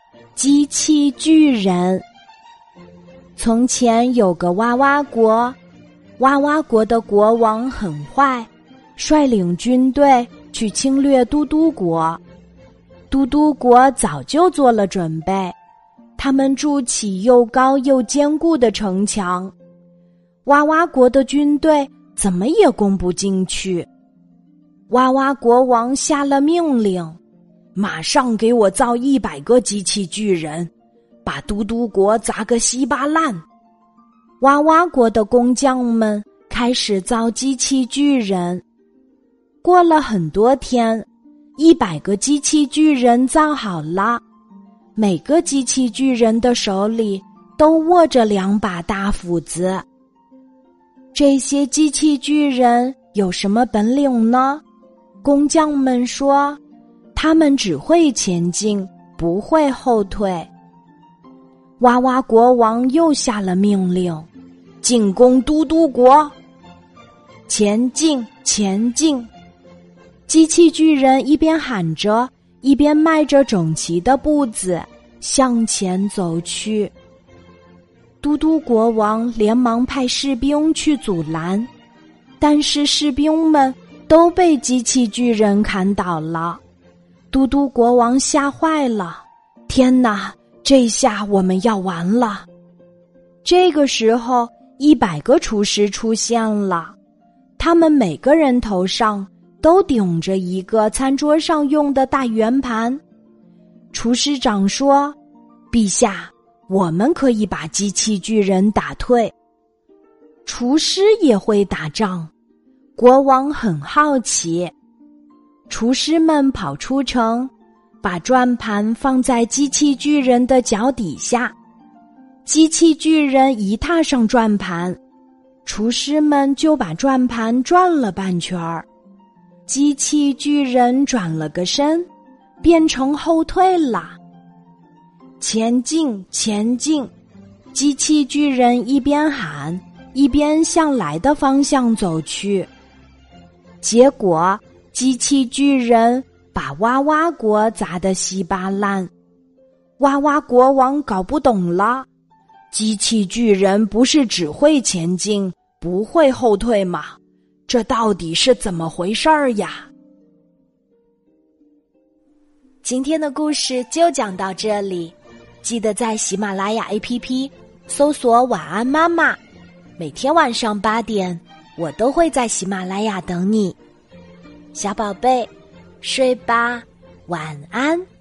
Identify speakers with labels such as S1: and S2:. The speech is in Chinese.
S1: 机器巨人。从前有个娃娃国，娃娃国的国王很坏，率领军队去侵略嘟嘟国。嘟嘟国早就做了准备，他们筑起又高又坚固的城墙，娃娃国的军队怎么也攻不进去。娃娃国王下了命令，马上给我造100个机器巨人，把嘟嘟国砸个稀巴烂。娃娃国的工匠们开始造机器巨人。过了很多天，100个机器巨人造好了，每个机器巨人的手里都握着2把大斧子。这些机器巨人有什么本领呢？工匠们说，他们只会前进，不会后退。娃娃国王又下了命令，进攻嘟嘟国，前进，前进！机器巨人一边喊着，一边迈着整齐的步子向前走去。嘟嘟国王连忙派士兵去阻拦，但是士兵们都被机器巨人砍倒了。嘟嘟国王吓坏了，天哪，这下我们要完了。这个时候100个厨师出现了，他们每个人头上都顶着一个餐桌上用的大圆盘。厨师长说，陛下，我们可以把机器巨人打退。厨师也会打仗，国王很好奇。厨师们跑出城，把转盘放在机器巨人的脚底下。机器巨人一踏上转盘，厨师们就把转盘转了半圈儿。机器巨人转了个身，变成后退了。前进，前进！机器巨人一边喊，一边向来的方向走去。结果机器巨人把娃娃国砸得稀巴烂。娃娃国王搞不懂了，机器巨人不是只会前进，不会后退吗？这到底是怎么回事儿呀？今天的故事就讲到这里，记得在喜马拉雅 APP 搜索晚安妈妈，每天晚上8点，我都会在喜马拉雅等你。小宝贝，睡吧，晚安。